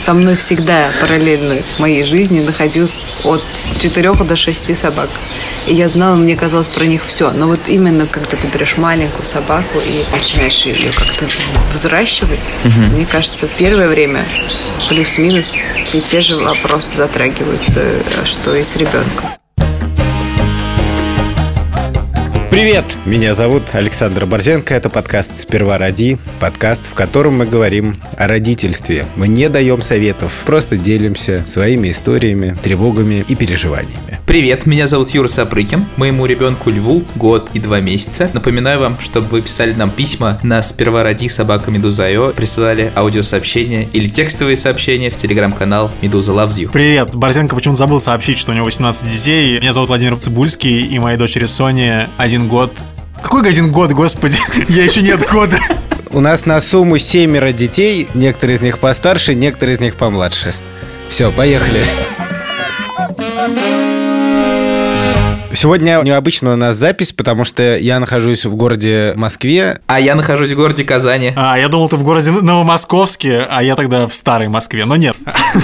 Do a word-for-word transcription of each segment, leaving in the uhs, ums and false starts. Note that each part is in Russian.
со мной всегда параллельно в моей жизни находилось от четырех до шести собак. И я знала, мне казалось про них все. Но вот именно, когда ты берешь маленькую собаку и начинаешь ее как-то взращивать, угу. мне кажется, первое время плюс-минус все те же вопросы затрагиваются, что и с ребенком. Привет! Меня зовут Александр Борзенко. Это подкаст «Сперва роди», подкаст, в котором мы говорим о родительстве. Мы не даем советов, просто делимся своими историями, тревогами и переживаниями. Привет, меня зовут Юра Сапрыкин. Моему ребенку Льву год и два месяца. Напоминаю вам, чтобы вы писали нам письма на «Сперва роди» собака Медуза.io, присылали аудиосообщения или текстовые сообщения в телеграм-канал Медуза Loves You. Привет, Борзенко почему-то забыл сообщить, что у него восемнадцать детей. Меня зовут Владимир Цибульский, и моей дочери Соне один год. Какой один год, господи? Я еще нет года. У нас на сумму семеро детей, некоторые из них постарше, некоторые из них помладше. Все, поехали. Сегодня необычно у нас запись, потому что я нахожусь в городе Москве. А я нахожусь в городе Казани. А, я думал, ты в городе Новомосковске, а я тогда в старой Москве, но нет.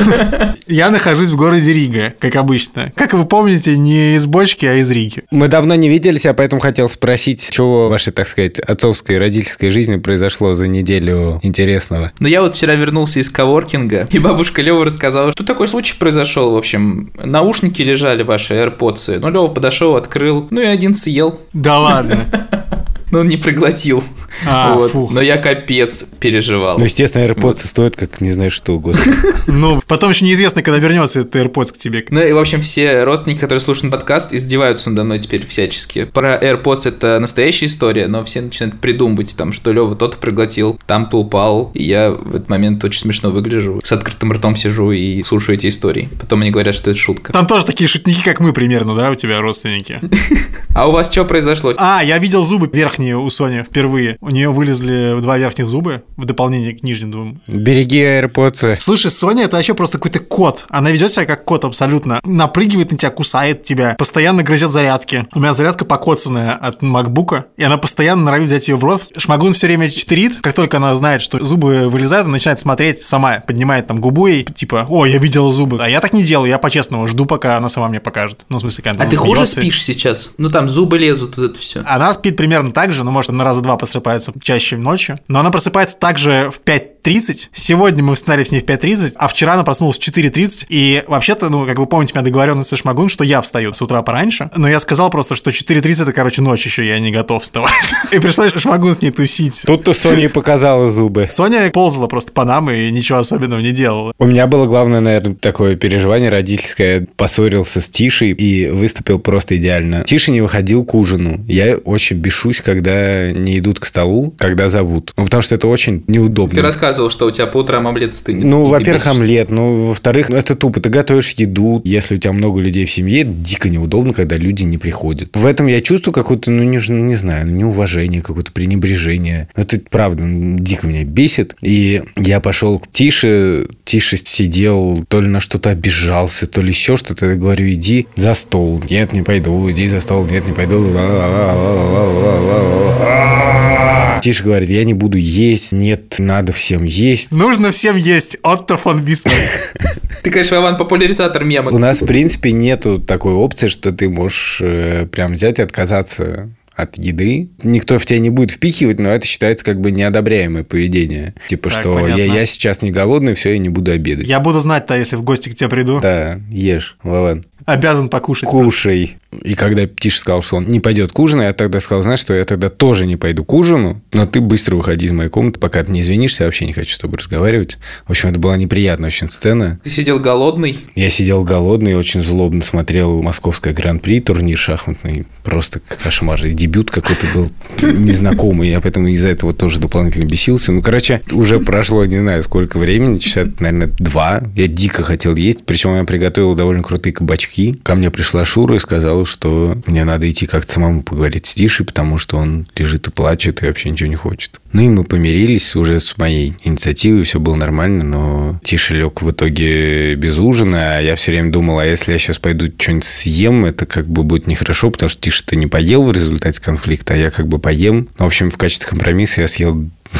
Я нахожусь в городе Рига, как обычно. Как вы помните, не из бочки, а из Риги. Мы давно не виделись, я поэтому хотел спросить, что в вашей, так сказать, отцовской и родительской жизни произошло за неделю интересного. Ну, я вот вчера вернулся из коворкинга, и бабушка Лёва рассказала, что такой случай произошел. В общем, наушники лежали ваши, AirPods, ну, Лёва подошел, открыл, ну и один съел. Да ладно. Но он не проглотил. А, вот. Но я капец переживал. Ну, естественно, AirPods вот. Стоят как не знаю что, господи. Ну, потом еще неизвестно, когда вернется этот AirPods к тебе. Ну и, в общем, все родственники, которые слушают подкаст, издеваются надо мной теперь всячески. Про AirPods это настоящая история, но все начинают придумывать, там, что Лёва то-то проглотил, там-то упал. И я в этот момент очень смешно выгляжу. С открытым ртом сижу и слушаю эти истории. Потом они говорят, что это шутка. Там тоже такие шутники, как мы примерно, да, у тебя родственники? А у вас что произошло? А, я видел зубы верхние у Сони впервые. У нее вылезли два верхних зуба в дополнение к нижним двум. Береги AirPods. Слушай, Соня, это вообще просто какой-то кот. Она ведет себя как кот абсолютно. Напрыгивает на тебя, кусает тебя, постоянно грызет зарядки. У меня зарядка покоцанная от макбука, и она постоянно норовит взять ее в рот. Шмагун все время читерит. Как только она знает, что зубы вылезают, она начинает смотреть сама, поднимает там губу и типа, о, я видела зубы. А я так не делаю, я по-честному жду, пока она сама мне покажет. Ну, в смысле, когда А ты хуже спишь сейчас? Ну, там зубы лезут, вот это все. Она спит примерно так же, но может на раза два просыпается чаще ночью. Но она просыпается также в пять тридцать. Сегодня мы встали с ней в пять тридцать, а вчера она проснулась в четыре тридцать. И вообще-то, ну, как вы помните, у меня договоренность со Шмагун, что я встаю с утра пораньше. Но я сказал просто, что четыре тридцать это, короче, ночь еще, я не готов вставать. И пришлось Шмагун с ней тусить. Тут-то Соня показала зубы. Соня ползала просто по нам и ничего особенного не делала. У меня было главное, наверное, такое переживание родительское. Я поссорился с Тишей и выступил просто идеально. Тиша не выходил к ужину. Я очень бешусь, когда не идут к столу, когда зовут. Ну, потому что это очень неудобно. Ты рассказывал, что у тебя по утрам омлет стынет. Ну, во-первых, омлет. Ну, во-вторых, ну, это тупо. Ты готовишь еду. Если у тебя много людей в семье, это дико неудобно, когда люди не приходят. В этом я чувствую какое-то, ну, не, не знаю, неуважение, какое-то пренебрежение. Это, правда, дико меня бесит. И я пошел к Тише. Тиша сидел, то ли на что-то обижался, то ли еще что-то. Я говорю, иди за стол. Нет, не пойду. Иди за стол. Нет, не пойду. Тиша говорит, я не буду есть. Нет, надо всем есть. Нужно всем есть. Отто фон Бисмарк. Ты, конечно, Вован, популяризатор мема. У нас, в принципе, нету такой опции, что ты можешь э, прям взять и отказаться от еды. Никто в тебя не будет впихивать, но это считается как бы неодобряемое поведение. Типа, так, что я, я сейчас не голодный, все, я не буду обедать. Я буду знать-то, если в гости к тебе приду. Да, ешь, Вован. Обязан покушать. Кушай. И когда Тиша сказал, что он не пойдет к ужину, я тогда сказал, знаешь, что я тогда тоже не пойду к ужину, но ты быстро выходи из моей комнаты, пока ты не извинишься, я вообще не хочу с тобой разговаривать. В общем, это была неприятная очень сцена. Ты сидел голодный? Я сидел голодный, очень злобно смотрел московское гран-при, турнир шахматный. Просто кошмар. И дебют какой-то был незнакомый, я поэтому из-за этого тоже дополнительно бесился. Ну, короче, уже прошло, не знаю, сколько времени, часа, наверное, два. Я дико хотел есть, причем я приготовил довольно крутые кабачки. Ко мне пришла Шура и сказала, что мне надо идти как-то самому поговорить с Тишей, потому что он лежит и плачет, и вообще ничего не хочет. Ну, и мы помирились уже с моей инициативой, все было нормально, но Тиша лег в итоге без ужина, а я все время думал, а если я сейчас пойду что-нибудь съем, это как бы будет нехорошо, потому что Тиша-то не поел в результате конфликта, а я как бы поем. Ну, в общем, в качестве компромисса я съел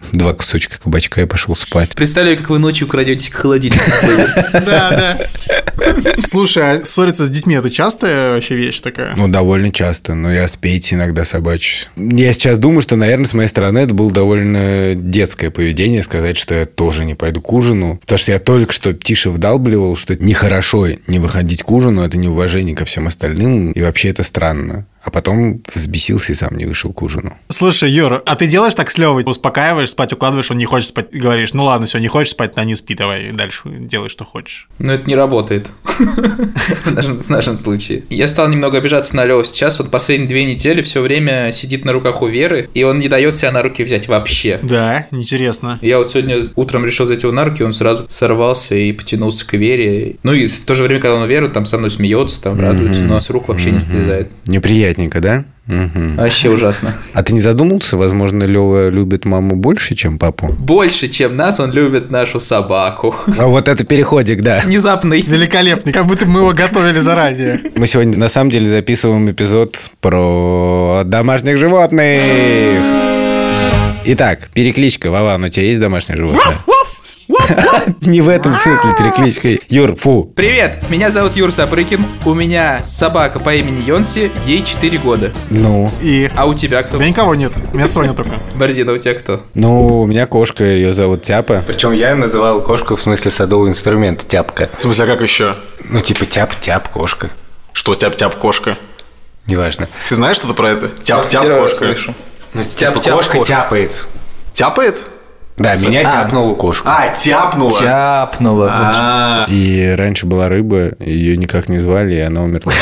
два кусочка кабачка и пошел спать. Представляю, как вы ночью крадете холодильник. Да, да. Слушай, а ссориться с детьми – это частая вообще вещь такая? Ну, довольно часто, но я спеть иногда собачусь. Я сейчас думаю, что, наверное, с моей стороны это было довольно детское поведение, сказать, что я тоже не пойду к ужину. Потому что я только что Тише вдалбливал, что это нехорошо не выходить к ужину, это неуважение ко всем остальным, и вообще это странно. А потом взбесился и сам не вышел к ужину. Слушай, Юра, а ты делаешь так с Левой? Успокаиваешь, спать укладываешь, он не хочет спать, и говоришь, ну ладно, все, не хочешь спать, на не спи, давай дальше делай, что хочешь. Но это не работает в нашем случае. Я стал немного обижаться на Леву сейчас. Вот последние две недели все время сидит на руках у Веры, и он не дает себя на руки взять вообще. Да, интересно. Я вот сегодня утром решил взять его на руки, он сразу сорвался и потянулся к Вере. Ну и в то же время, когда он у Веры, там со мной смеется, там радуется, но с рук вообще не слезает. Неприятненько, да? Угу. Вообще ужасно. А ты не задумался, возможно, Лёва любит маму больше, чем папу? Больше, чем нас, он любит нашу собаку. А вот это переходик, да. Внезапный. Великолепный, как будто мы его готовили заранее. Мы сегодня на самом деле записываем эпизод про домашних животных. Итак, перекличка. Вован, у тебя есть домашнее животное? Не в этом смысле перекличка. Юр, фу. Привет, меня зовут Юр Сапрыкин. У меня собака по имени Йонси, ей четыре года. Ну? И? А у тебя кто? У меня никого нет, у меня Соня только. Борзина, у тебя кто? Ну, у меня кошка, ее зовут Тяпа. Причем я называл кошку в смысле садового инструмента Тяпка. В смысле, а как еще? Ну, типа тяп-тяп кошка. Что тяп-тяп-кошка? Неважно. Ты знаешь что-то про это? Тяп-тяп-кошка. Ну, тяп-тяп кошка тяпает. Тяпает? Да, меня тяпнула кошку. А, тяпнула. Тяпнула. И раньше была рыба, ее никак не звали, и она умерла.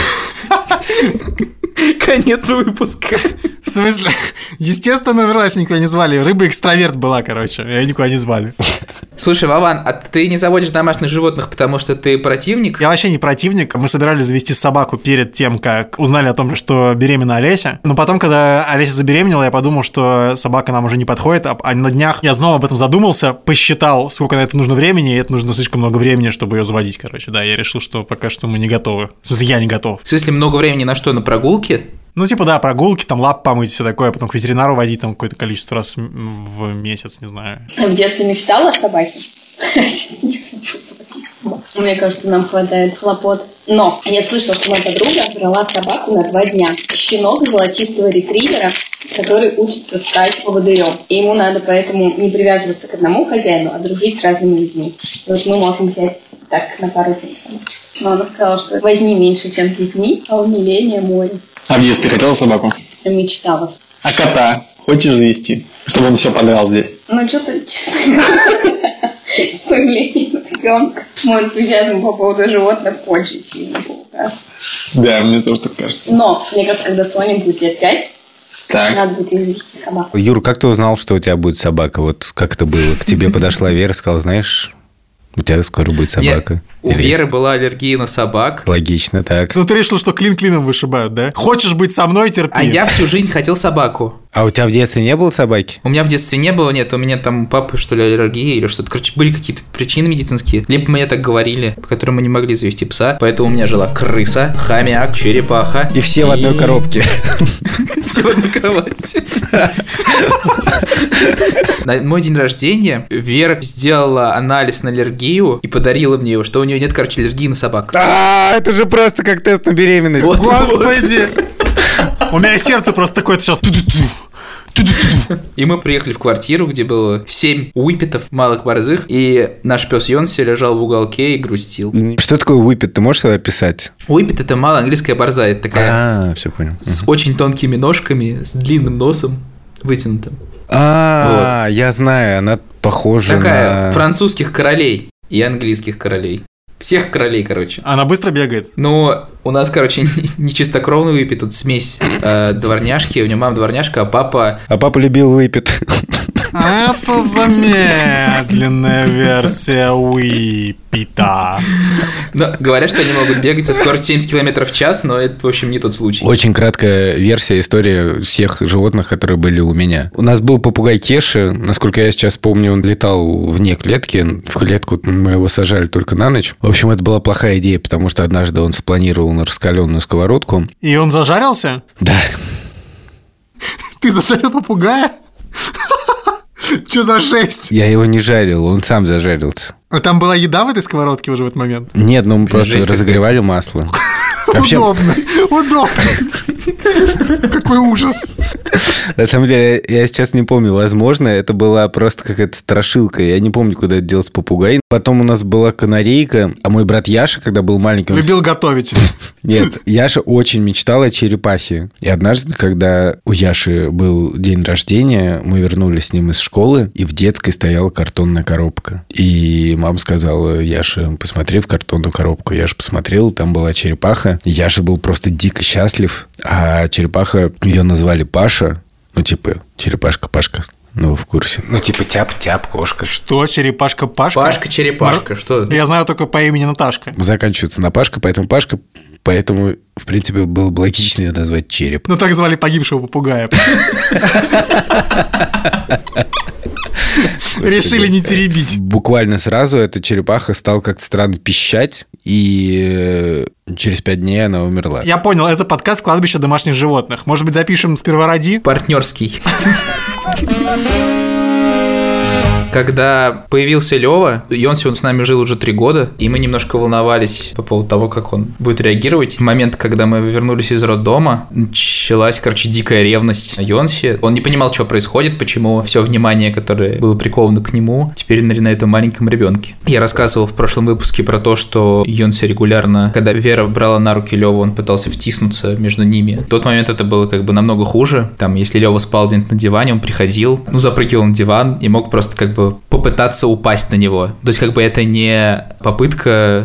Конец выпуска. В смысле? Естественно, умерла, никуда не звали. Рыба-экстраверт была, короче. Ее никуда не звали. Слушай, Вован, а ты не заводишь домашних животных, потому что ты противник? Я вообще не противник. Мы собирались завести собаку перед тем, как узнали о том, что беременна Олеся. Но потом, когда Олеся забеременела, я подумал, что собака нам уже не подходит. А на днях я снова об этом задумался, посчитал, сколько на это нужно времени, и это нужно слишком много времени, чтобы ее заводить, короче. Да, я решил, что пока что мы не готовы. В смысле, я не готов. В смысле, много времени на что? На прогулки? Ну, типа, да, прогулки, там, лап помыть, все такое, потом к ветеринару водить там какое-то количество раз в месяц, не знаю. А в детстве мечтала о собаке? Сейчас не хочу таких собак. Мне кажется, нам хватает хлопот. Но я слышала, что моя подруга брала собаку на два дня. Щенок золотистого ретривера, который учится стать поводырем. И ему надо поэтому не привязываться к одному хозяину, а дружить с разными людьми. И вот мы можем взять так на пару дней собачку. Но она сказала, что возни меньше, чем с детьми, а умиление море. А в детстве ты хотела собаку? Я мечтала. А кота хочешь завести? Чтобы он все подрал здесь? Ну, что-то, честно говоря, с появлением ребенка мой энтузиазм по поводу животных очень сильно поугас. Да, мне тоже так кажется. Но, мне кажется, когда Соне будет лет пять, так. Надо будет ей завести собаку. Юр, как ты узнал, что у тебя будет собака? Вот как это было? К тебе подошла Вера и сказала, знаешь, у тебя скоро будет собака. Нет, у Или... Веры была аллергия на собак. Логично, так. Ну, ты решил, что клин клином вышибают, да? Хочешь быть со мной, терпи. А я всю жизнь хотел собаку. А у тебя в детстве не было собаки? У меня в детстве не было, нет, у меня там у папы, что ли, аллергия или что-то. Короче, были какие-то причины медицинские. Либо мне так говорили, по которым мы не могли завести пса. Поэтому у меня жила крыса, хомяк, черепаха. И все в одной коробке. Все в одной кровати. На мой день рождения Вера сделала анализ на аллергию и подарила мне его, что у нее нет, короче, аллергии на собак. А, это же просто как тест на беременность. Господи! У меня сердце просто такое сейчас... И мы приехали в квартиру, где было семь уипетов малых борзых, и наш пес Йонси лежал в уголке и грустил. Что такое уипет? Ты можешь это описать? Уипет – это малая английская борзая, это такая А, все понял. с очень тонкими ножками, с длинным носом, вытянутым. А, я знаю, она похожа Такая на... французских королей и английских королей. Всех королей, короче. Она быстро бегает. Ну, у нас, короче, не чистокровный выпит, тут смесь э, дворняжки, у него мама дворняжка, а папа... А папа любил выпит. Это замедленная версия Уипита. Но говорят, что они могут бегать со скоростью семьдесят километров в час, но это, в общем, не тот случай. Очень краткая версия истории всех животных, которые были у меня. У нас был попугай Кеша. Насколько я сейчас помню, он летал вне клетки. В клетку мы его сажали только на ночь. В общем, это была плохая идея, потому что однажды он спланировал на раскаленную сковородку. И он зажарился? Да. Ты зажарил попугая? Что за жесть? Я его не жарил, он сам зажарился. А там была еда в этой сковородке уже в этот момент? Нет, ну мы просто Жесть разогревали масло. Вообще, Удобно, удобно. Какой ужас. на самом деле, я сейчас не помню, возможно, это была просто какая-то страшилка. Я не помню, куда это делать попугай. Потом у нас была канарейка, а мой брат Яша, когда был маленький... он- Любил готовить. Нет, Яша очень мечтал о черепахе. И однажды, когда у Яши был день рождения, мы вернулись с ним из школы, и в детской стояла картонная коробка. И мама сказала: Яша, посмотри в картонную коробку. Яша посмотрел, там была черепаха. Яша был просто дико счастлив. А черепаха, ее назвали Паша. Ну, типа, черепашка-пашка. Ну, вы в курсе. Ну, типа, тяп-тяп, кошка. Что, черепашка Пашка? Пашка-черепашка, что? Я знаю только по имени Наташка. Заканчивается на Пашка, поэтому Пашка... Поэтому, в принципе, было бы логично ее назвать Череп. Ну, так звали погибшего попугая. Решили не теребить. Буквально сразу эта черепаха стала как-то странно пищать, и через пять дней она умерла. Я понял, это подкаст «Кладбище домашних животных». Может быть, запишем сперва ради? Партнерский. Когда появился Лёва, Йонси, он с нами жил уже три года, и мы немножко волновались по поводу того, как он будет реагировать. В момент, когда мы вернулись из роддома, началась, короче, дикая ревность Йонси. Он не понимал, что происходит, почему все внимание, которое было приковано к нему, теперь на этом маленьком ребенке. Я рассказывал в прошлом выпуске про то, что Йонси регулярно, когда Вера брала на руки Лёву, он пытался втиснуться между ними. В тот момент это было как бы намного хуже. Там, если Лёва спал где-нибудь на диване, он приходил, ну, запрыгивал на диван и мог просто как бы попытаться упасть на него. То есть, как бы это не попытка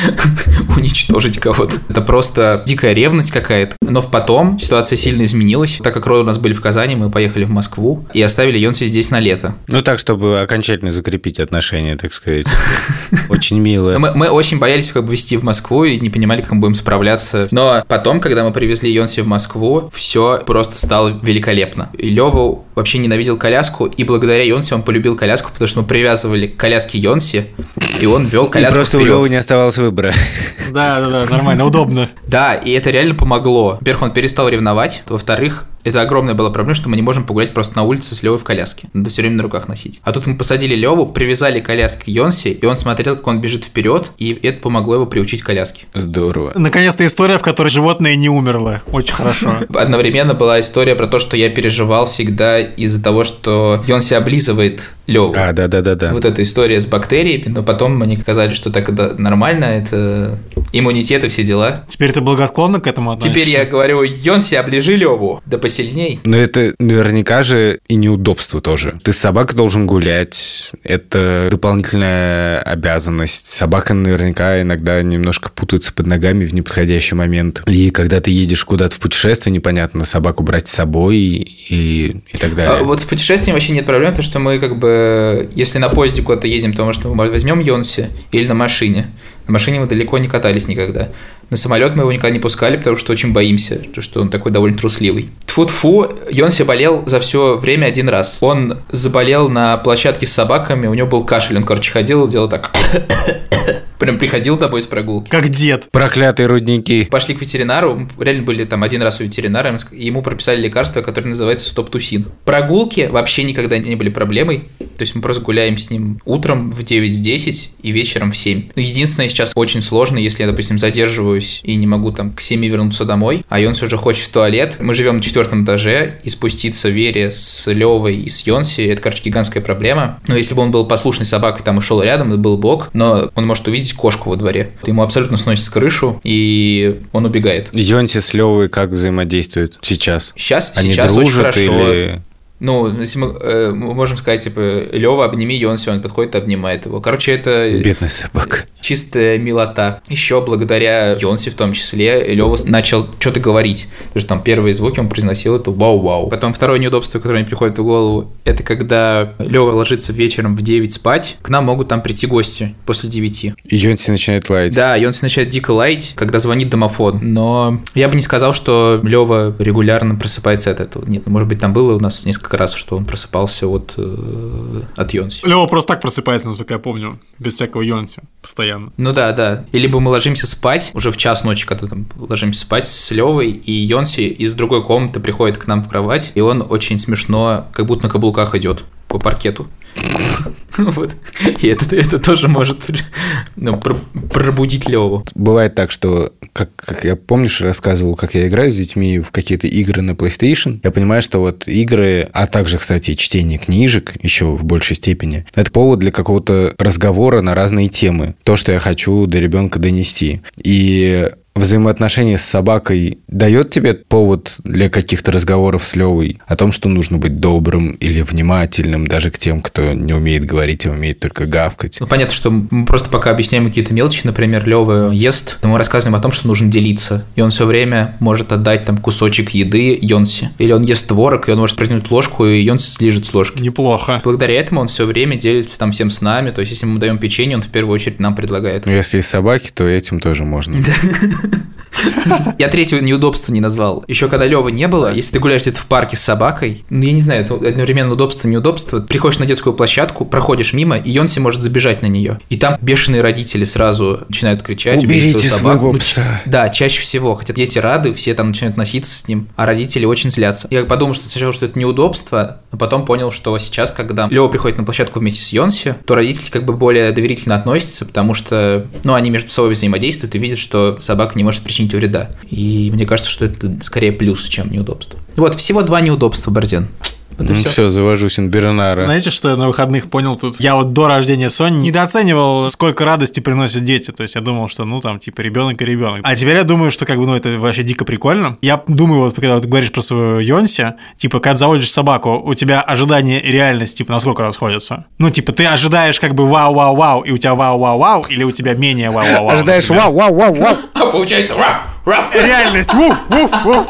уничтожить кого-то. Это просто дикая ревность какая-то. Но потом ситуация сильно изменилась. Так как роды у нас были в Казани, мы поехали в Москву и оставили Йонси здесь на лето. Ну, так, чтобы окончательно закрепить отношения, так сказать. Очень мило. Мы, мы очень боялись как бы везти в Москву и не понимали, как мы будем справляться. Но потом, когда мы привезли Йонси в Москву, все просто стало великолепно. И Лёва вообще ненавидел коляску, и благодаря Йонси он полюбил коляску, потому что мы привязывали к коляске Йонси, и он вел коляску И просто вперед. у Лёвы не оставалось выбора. Да, да, да, нормально, удобно. Да, и это реально помогло. Во-первых, он перестал ревновать. Во-вторых, это огромная была проблема, что мы не можем погулять просто на улице с Левой в коляске. Надо все время на руках носить. А тут мы посадили Леву, привязали коляску к Йонси, и он смотрел, как он бежит вперед, и это помогло его приучить к коляске. Здорово. Наконец-то история, в которой животное не умерло. Очень хорошо. Одновременно была история про то, что я переживал всегда из-за того, что Йонси облизывает Леву. А, да-да-да-да. Вот эта история с бактериями, но потом мне сказали, что так это нормально, это иммунитет и все дела. Теперь ты благосклонно к этому относишься? Теперь я говорю: Йонси, оближи Леву, да посильней. Но это наверняка же и неудобство тоже. Ты с собакой должен гулять, это дополнительная обязанность. Собака наверняка иногда немножко путается под ногами в неподходящий момент. И когда ты едешь куда-то в путешествие, непонятно, собаку брать с собой и, и так далее. А вот в путешествии вообще нет проблем, потому что мы как бы, если на поезде куда-то едем, то, может, мы возьмем Йонси или на машине. На машине мы далеко не катались никогда. На самолет мы его никогда не пускали, потому что очень боимся, потому что он такой довольно трусливый. Тьфу-тьфу, Йонси болел за все время один раз. Он заболел на площадке с собаками, у него был кашель, он, короче, ходил и делал так. Прям приходил домой с прогулки. Как дед. Проклятые рудники. Пошли к ветеринару, реально были там один раз у ветеринара, и ему прописали лекарство, которое называется стоптусин. Прогулки вообще никогда не были проблемой, то есть мы просто гуляем с ним утром в девять-десять и вечером в семь. Но единственное, сейчас очень сложно, если я, допустим, задерживаюсь и не могу там к семи вернуться домой, а Йонси уже хочет в туалет. Мы живем на четвертом этаже, и спуститься Вере с Левой и с Йонси, это, короче, гигантская проблема. Но если бы он был послушной собакой, там и шел рядом, это был бог, но он может увидеть кошку во дворе. Ему абсолютно сносит крышу, и он убегает. Йонси с Левой как взаимодействуют сейчас? Сейчас, Они сейчас дружат очень хорошо. Или... Ну, если мы, э, мы можем сказать, типа, Лева, обними Йонси, он подходит и обнимает его. Короче, это... Бедная собака. Чистая милота. Еще благодаря Йонси в том числе Лева начал что-то говорить. Потому что там первые звуки он произносил это вау-вау. Потом второе неудобство, которое мне приходит в голову, это когда Лева ложится вечером в девять спать, к нам могут там прийти гости после девяти. И Йонси начинает лаять. Да, Йонси начинает дико лаять, когда звонит домофон. Но я бы не сказал, что Лева регулярно просыпается от этого. Нет, ну, может быть, там было у нас несколько раз, что он просыпался от, э, от Йонси. Лёва просто так просыпается, насколько я помню, без всякого Йонси, постоянно. постоянно. Ну да, да. И либо мы ложимся спать, уже в час ночи, когда там ложимся спать с Левой, и Йонси из другой комнаты приходит к нам в кровать, и он очень смешно, как будто на каблуках идет по паркету. Вот. И это, это тоже может ну, пробудить Леву. Бывает так, что, как, как я помнишь, рассказывал, как я играю с детьми в какие-то игры на PlayStation, я понимаю, что вот игры, а также, кстати, чтение книжек еще в большей степени, это повод для какого-то разговора на разные темы. То, что я хочу до ребенка донести. И взаимоотношения с собакой дает тебе повод для каких-то разговоров с Левой о том, что нужно быть добрым или внимательным даже к тем, кто не умеет говорить, а умеет только гавкать? Ну, понятно, что мы просто пока объясняем какие-то мелочи. Например, Лева ест, то мы рассказываем о том, что нужно делиться. И он все время может отдать там кусочек еды Йонси. Или он ест творог, и он может протянуть ложку, и Йонси слижет с ложки. Неплохо. Благодаря этому он все время делится там всем с нами. То есть, если мы даем печенье, он в первую очередь нам предлагает. Ну, если есть собаки, то этим тоже можно. Я третьего неудобства не назвал. Еще когда Лёвы не было, если ты гуляешь где-то в парке с собакой, ну, я не знаю, это одновременно удобство и неудобство. Приходишь на детскую площадку, проходишь мимо, и Йонси может забежать на нее. И там бешеные родители сразу начинают кричать. Уберите своего пса. Ну, да, чаще всего. Хотя дети рады, все там начинают носиться с ним, а родители очень злятся. Я подумал, что сначала, что это неудобство, а потом понял, что сейчас, когда Лёва приходит на площадку вместе с Йонси, то родители как бы более доверительно относятся, потому что, ну, они между собой взаимодействуют и видят, что собака не может причинить вреда. И мне кажется, что это скорее плюс, чем неудобство. Вот, всего два неудобства, Барден. Вот ну все. все, завожу Сенбернара. Знаете, что я на выходных понял тут? Я вот до рождения Сони недооценивал, сколько радости приносят дети. То есть я думал, что ну там типа ребенок и ребенок. А теперь я думаю, что как бы ну это вообще дико прикольно. Я думаю, вот когда ты говоришь про свою Йонси, типа когда заводишь собаку, у тебя ожидание и реальность типа насколько расходятся? Ну типа ты ожидаешь как бы вау-вау-вау, и у тебя вау-вау-вау, или у тебя менее вау-вау-вау? Ожидаешь вау-вау-вау-вау. А получается раф, раф. Реальность, вуф-вуф-вуф.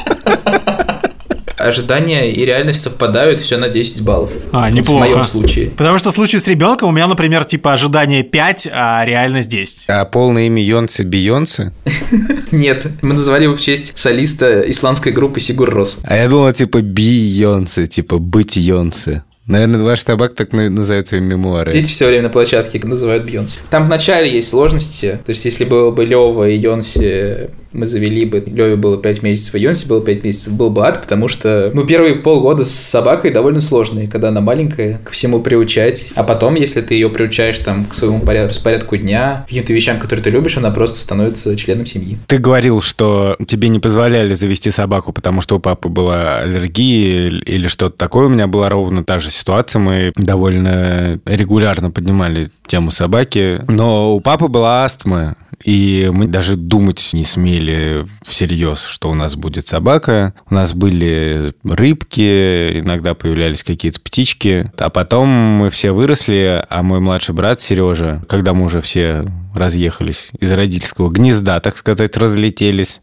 Ожидания и реальность совпадают, все на десять баллов. А, вот неплохо. В моем случае. Потому что в случае с ребенком у меня, например, типа ожидание пять, а реальность десять. А полное имя Йонси Бейонсе? Нет, мы назвали его в честь солиста исландской группы Сигур Рос. А я думал, типа Бейонсе, типа быть Йонсе. Наверное, ваш табак так называют свои мемуары. Дети все время на площадке называют Бейонсе. Там в начале есть сложности. То есть, если было бы Лёва и Йонси, мы завели бы, Лёве было пять месяцев, а Йонси было пять месяцев, был бы ад, потому что, ну, первые полгода с собакой довольно сложные, когда она маленькая, ко всему приучать. А потом, если ты ее приучаешь там к своему поряд- распорядку дня, к каким-то вещам, которые ты любишь, она просто становится членом семьи. Ты говорил, что тебе не позволяли завести собаку, потому что у папы была аллергия или что-то такое. У меня была ровно та же ситуация. Мы довольно регулярно поднимали тему собаки, но у папы была астма. И мы даже думать не смели всерьез, что у нас будет собака. У нас были рыбки, иногда появлялись какие-то птички. А потом мы все выросли, а мой младший брат Сережа, когда мы уже все разъехались из родительского гнезда, так сказать, разлетелись.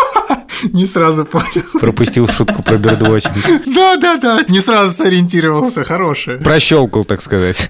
Не сразу понял. Пропустил шутку про бердвотчинг. Да-да-да. Не сразу сориентировался. Хорошее. Прощелкал, так сказать.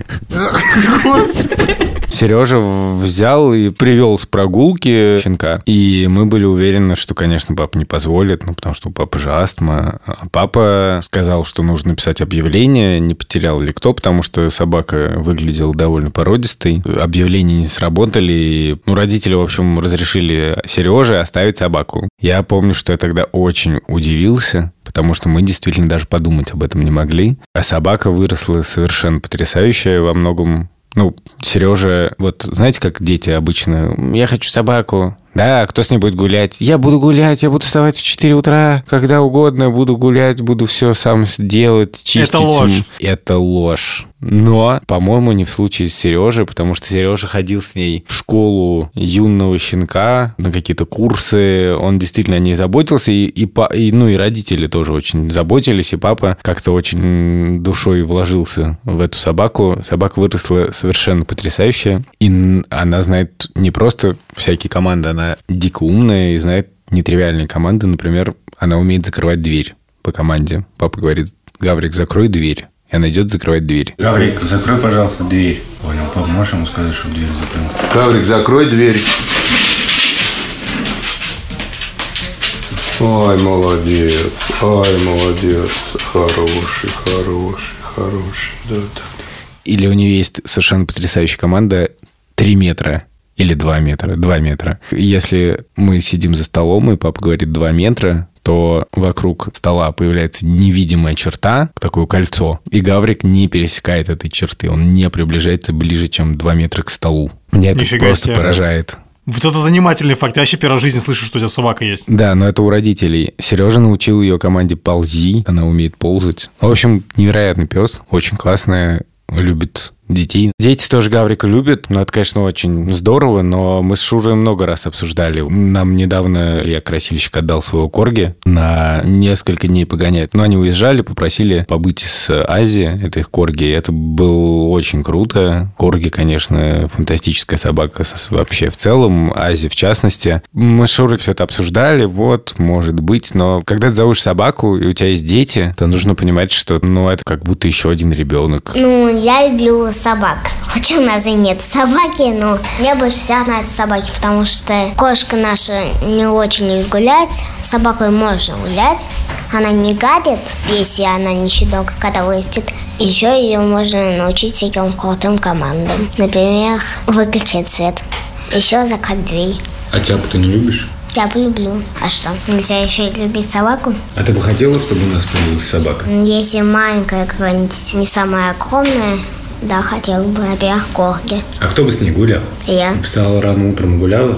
Господи. Сережа взял и привел с прогулки щенка. И мы были уверены, что, конечно, папа не позволит, ну, потому что у папы же астма. А папа сказал, что нужно писать объявление, не потерял ли кто, потому что собака выглядела довольно породистой. Объявления не сработали. И, ну, родители, в общем, разрешили Сереже оставить собаку. Я помню, что я тогда очень удивился, потому что мы действительно даже подумать об этом не могли. А собака выросла совершенно потрясающая во многом. Ну, Сережа, вот знаете, как дети обычно, я хочу собаку. Да, кто с ней будет гулять? Я буду гулять, я буду вставать в четыре утра, когда угодно, буду гулять, буду все сам делать, чистить. Это ложь. Это ложь. Но, по-моему, не в случае с Сережей, потому что Сережа ходил с ней в школу юного щенка, на какие-то курсы, он действительно о ней заботился, и, и, и, ну, и родители тоже очень заботились, и папа как-то очень душой вложился в эту собаку. Собака выросла совершенно потрясающая, и она знает не просто всякие команды, она дико умная и знает нетривиальные команды. Например, она умеет закрывать дверь по команде. Папа говорит: Гаврик, закрой дверь. И она идет закрывать дверь. Гаврик, закрой, пожалуйста, дверь. Понял, папа, можешь ему сказать, чтобы дверь закрыл? Гаврик, закрой дверь. Ой, молодец, ой, молодец. Хороший, хороший, хороший. Да, да. Или у нее есть совершенно потрясающая команда три метра. Или два метра, два метра. Если мы сидим за столом, и папа говорит два метра, то вокруг стола появляется невидимая черта, такое кольцо, и Гаврик не пересекает этой черты, он не приближается ближе, чем два метра к столу. Меня это Нифига просто себе. поражает. Вот это занимательный факт. Я вообще первый раз в жизни слышу, что у тебя собака есть. Да, но это у родителей. Сережа научил ее команде «ползи», она умеет ползать. В общем, невероятный пес, очень классная, любит детей. Дети тоже Гаврика любят, но это, конечно, очень здорово, но мы с Шурой много раз обсуждали. Нам недавно я красильщик отдал своего корги на несколько дней погонять. Но они уезжали, попросили побыть с Ази, это их корги, и это было очень круто. Корги, конечно, фантастическая собака вообще в целом, Ази в частности. Мы с Шурой все это обсуждали, вот, может быть, но когда ты зовешь собаку, и у тебя есть дети, то нужно понимать, что, ну, это как будто еще один ребенок. Ну, я люблю собак. Хоть у нас и нет собаки, но мне больше всего нравятся собаки, потому что кошка наша не очень любит гулять, с собакой можно гулять, она не гадит, если она не щенок, когда вырастет. Еще ее можно научить всяким крутым командам. Например, выключить свет, еще закрыть дверь. А тяпу ты не любишь? Я люблю. А что, нельзя еще и любить собаку? А ты бы хотела, чтобы у нас появилась собака? Если маленькая какая-нибудь, не самая огромная, да, хотела бы, например, корги. А кто бы с ней гулял? Я. Встала рано утром и гуляла?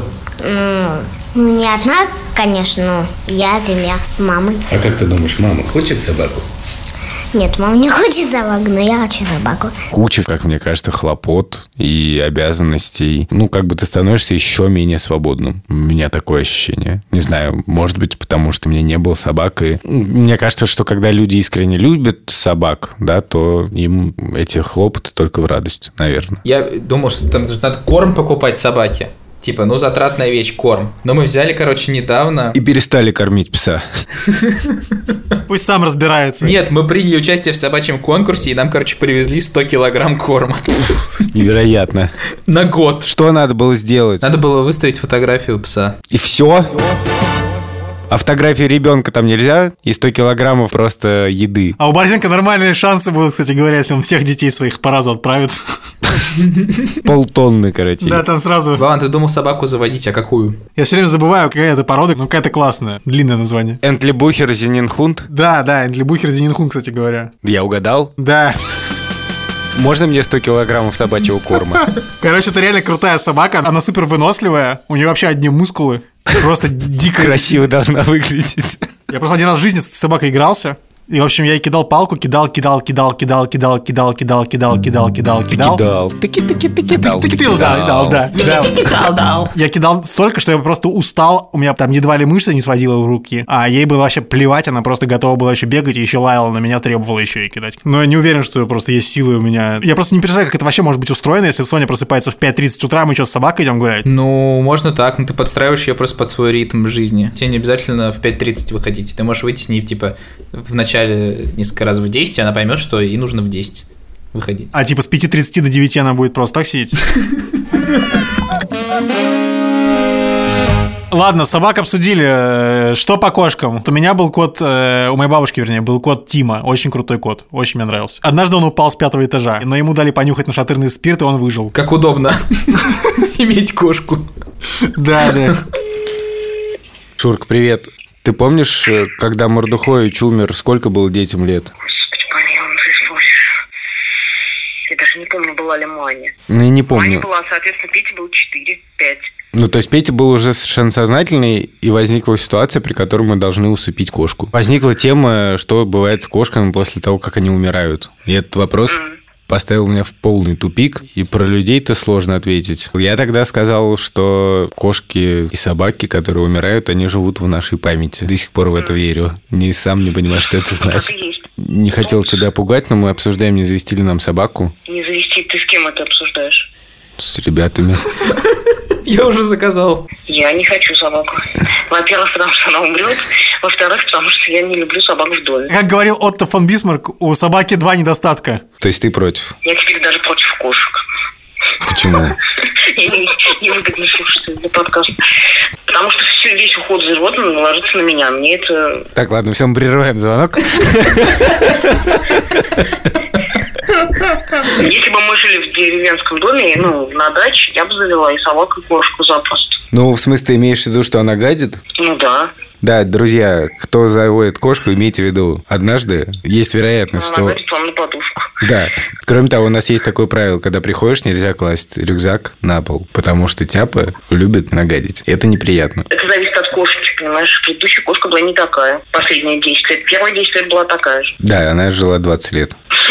Ну, не одна, конечно, но я, например, с мамой. А как ты думаешь, мама хочет собаку? Нет, мама не хочет собаку, но я хочу собаку. Куча, как мне кажется, хлопот и обязанностей. Ну, как бы ты становишься еще менее свободным. У меня такое ощущение. Не знаю, может быть, потому что у меня не было собак. И мне кажется, что когда люди искренне любят собак, да, то им эти хлопоты только в радость, наверное. Я думал, что там надо корм покупать собаке. Типа, ну, затратная вещь, корм. Но мы взяли, короче, недавно... И перестали кормить пса. Пусть сам разбирается. Нет, мы приняли участие в собачьем конкурсе, и нам, короче, привезли сто килограмм корма. Невероятно. На год. Что надо было сделать? Надо было выставить фотографию пса. И все? А фотографии ребенка там нельзя? И сто килограммов просто еды. А у Борзенко нормальные шансы будут, кстати говоря, если он всех детей своих по разу отправит. Полтонны, короче. Да, там сразу... Вован, ты думал собаку заводить, а какую? Я все время забываю, какая это порода, но какая-то классная. Длинное название. Энтлибухер Зенинхунд? Да, да, Энтлибухер Зенинхунд, кстати говоря. Я угадал? Да. Можно мне сто килограммов собачьего корма? Короче, это реально крутая собака. Она супер выносливая. У нее вообще одни мускулы. Просто дико красиво должна выглядеть. Я просто один раз в жизни с собакой игрался. И, в общем, я ей кидал палку, кидал, кидал, кидал, кидал, кидал, кидал, кидал, кидал, кидал, кидал, кидал. Кидал. Таки-таки-таки кидал. Ты кидал, да, да, да. Я кидал столько, что я просто устал. У меня там едва ли мышцы не сводила в руки. А ей было вообще плевать, она просто готова была еще бегать и еще лаяла на меня, требовала еще ей кидать. Но я не уверен, что просто есть силы у меня. Я просто не представляю, как это вообще может быть устроено, если Соня просыпается в пять тридцать утра, мы что, с собакой идем гулять? Ну, можно так, но ты подстраиваешь ее просто под свой ритм жизни. Тебе не обязательно в пять тридцать выходить. Ты можешь выйти с ней, типа, в начале несколько раз в десять, она поймет, что ей нужно в десять выходить. А типа с пяти тридцати до девяти она будет просто так сидеть? Ладно, собак обсудили. Что по кошкам? У меня был кот, э, у моей бабушки, вернее, был кот Тима. Очень крутой кот, очень мне нравился. Однажды он упал с пятого этажа, но ему дали понюхать нашатырный спирт, и он выжил. Как удобно иметь кошку. Да, да. Шурк, привет. Ты помнишь, когда Мордухович умер, сколько было детям лет? Господи, помилуй, ты слышишь? Я даже не помню, была ли Маня. Ну, я не Маня помню. была, соответственно, Пете было четыре, пять. Ну, то есть Петя был уже совершенно сознательный, и возникла ситуация, при которой мы должны усыпить кошку. Возникла тема, что бывает с кошками после того, как они умирают. И этот вопрос... Mm. Поставил меня в полный тупик, и про людей-то сложно ответить. Я тогда сказал, что кошки и собаки, которые умирают, они живут в нашей памяти. До сих пор в это верю. Не сам не понимаю, что это значит. Не хотел тебя пугать, но мы обсуждаем, не завести ли нам собаку. Не завести? Ты с кем это обсуждаешь? С ребятами. Я уже заказал. Я не хочу собаку. Во-первых, потому что она умрет. Во-вторых, потому что я не люблю собак в доме. Как говорил Отто фон Бисмарк, у собаки два недостатка. То есть ты против? Я теперь даже против кошек. Почему? Я не, не выгодно слушать этот подкаст. Потому что все, весь уход за животным наложится на меня. Мне это... Так, ладно, все, мы прерываем звонок. Если бы мы жили в деревенском доме, ну, на даче, я бы завела и собаку, и кошку запросто. Ну, в смысле, ты имеешь в виду, что она гадит? Ну, да. Да, друзья, кто заводит кошку, имейте в виду, однажды есть вероятность, Она что... гадит вам на подушку. Да. Кроме того, у нас есть такое правило, когда приходишь, нельзя класть рюкзак на пол, потому что тяпа любит нагадить. Это неприятно. Это зависит от кошки, понимаешь? Предыдущая кошка была не такая. Последние десять лет. Первые десять лет была такая же. Да, она жила двадцать лет.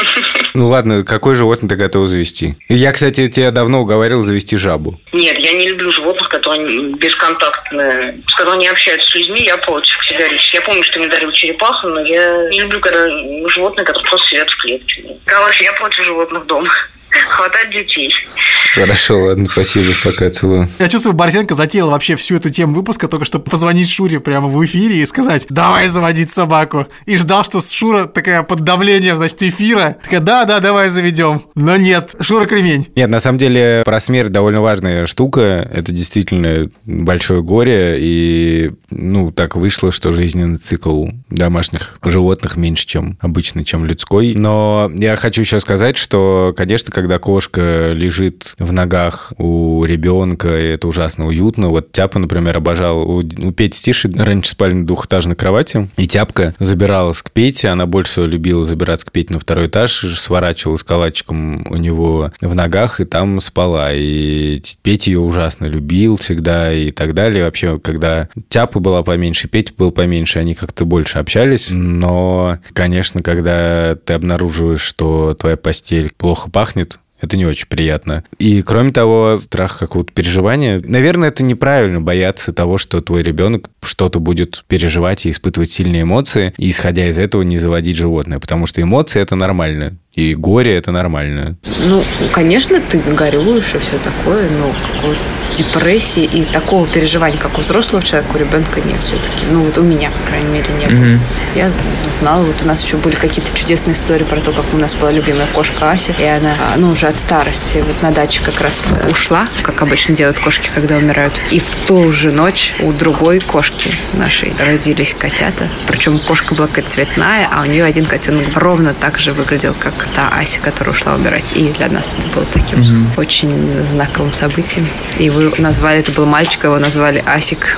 Ну ладно, какое животное ты готова завести? Я, кстати, тебя давно уговаривал завести жабу. Нет, я не люблю животных, которые бесконтактные, с которыми не общаются с людьми, я против категорически. Я помню, что мне дарил черепаху, но я не люблю, когда животные, которые просто сидят в клетке. Короче, я против животных дома. Хватает детей. Хорошо, ладно, спасибо, пока, целую. Я чувствую, Борзенко затеял вообще всю эту тему выпуска только чтобы позвонить Шуре прямо в эфире и сказать: давай заводить собаку. И ждал, что Шура такая под давлением, значит, эфира. Такая: да-да, давай заведем. Но нет, Шура кремень. Нет, на самом деле про смерть довольно важная штука. Это действительно большое горе. И, ну, так вышло, что жизненный цикл домашних животных меньше, чем обычно, чем людской. Но я хочу еще сказать, что, конечно, когда кошка лежит в ногах у ребенка, это ужасно уютно. Вот Тяпа, например, обожал... У, у Пети с Тишей раньше спали на двухэтажной кровати, и Тяпка забиралась к Пете. Она больше всего любила забираться к Пете на второй этаж, сворачивалась калачиком у него в ногах, и там спала. И Петя ее ужасно любил всегда и так далее. Вообще, когда Тяпа была поменьше, Петя был поменьше, они как-то больше общались. Но, конечно, когда ты обнаруживаешь, что твоя постель плохо пахнет, это не очень приятно. И, кроме того, страх какого-то переживания. Наверное, это неправильно бояться того, что твой ребенок что-то будет переживать и испытывать сильные эмоции, и, исходя из этого, не заводить животное. Потому что эмоции – это нормально. И горе – это нормально. Ну, конечно, ты горюешь и все такое, но какой-то депрессии и такого переживания, как у взрослого человека, у ребенка нет все-таки. Ну, вот у меня, по крайней мере, не было. Mm-hmm. Я знала, вот у нас еще были какие-то чудесные истории про то, как у нас была любимая кошка Ася, и она, ну, уже от старости вот на даче как раз ушла, как обычно делают кошки, когда умирают. И в ту же ночь у другой кошки нашей родились котята. Причем кошка была какая-то цветная, а у нее один котенок ровно так же выглядел, как та Ася, которая ушла умирать. И для нас это было таким mm-hmm. очень знаковым событием. И вы назвали, это был мальчик, его назвали Асик.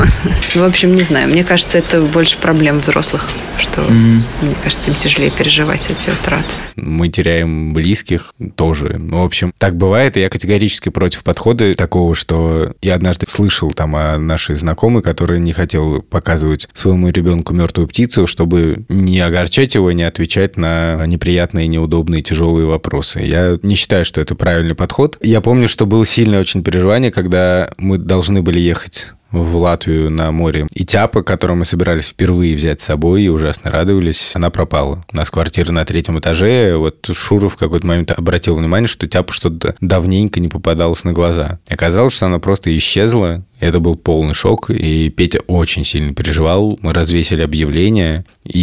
В общем, не знаю. Мне кажется, это больше проблем взрослых, что, mm-hmm. мне кажется, им тяжелее переживать эти утраты. Мы теряем близких тоже. Ну, в общем, так бывает, и я категорически против подхода такого, что я однажды слышал там о нашей знакомой, которая не хотела показывать своему ребенку мертвую птицу, чтобы не огорчать его, не отвечать на неприятные, неудобные, тяжелые вопросы. Я не считаю, что это правильный подход. Я помню, что было сильное очень переживание, когда мы должны были ехать в Латвию на море. И Тяпа, которую мы собирались впервые взять с собой и ужасно радовались, она пропала. У нас квартира на третьем этаже. Вот Шура в какой-то момент обратил внимание, что Тяпа что-то давненько не попадалось на глаза. Оказалось, что она просто исчезла. Это был полный шок, и Петя очень сильно переживал. Мы развесили объявление, и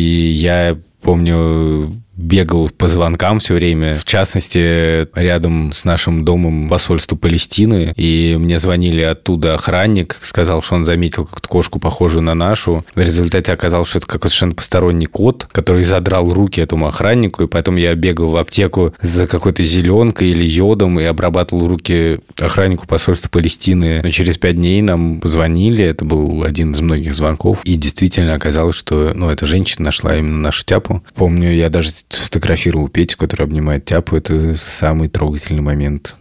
я помню, бегал по звонкам все время. В частности, рядом с нашим домом посольство Палестины. И мне звонили оттуда охранник. Сказал, что он заметил какую-то кошку, похожую на нашу. В результате оказалось, что это какой-то совершенно посторонний кот, который задрал руки этому охраннику. И поэтому я бегал в аптеку за какой-то зеленкой или йодом и обрабатывал руки охраннику посольства Палестины. Но через пять дней нам позвонили. Это был один из многих звонков. И действительно оказалось, что ну, эта женщина нашла именно нашу Тяпу. Помню, я даже сфотографировал Петю, который обнимает Тяпу. Это самый трогательный момент.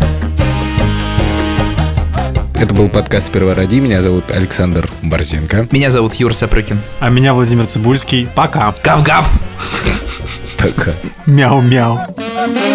Это был подкаст «Сперва роди». Меня зовут Александр Борзенко. Меня зовут Юра Сапрыкин. А меня Владимир Цибульский. Пока. Гав-гав. Пока. Мяу-мяу.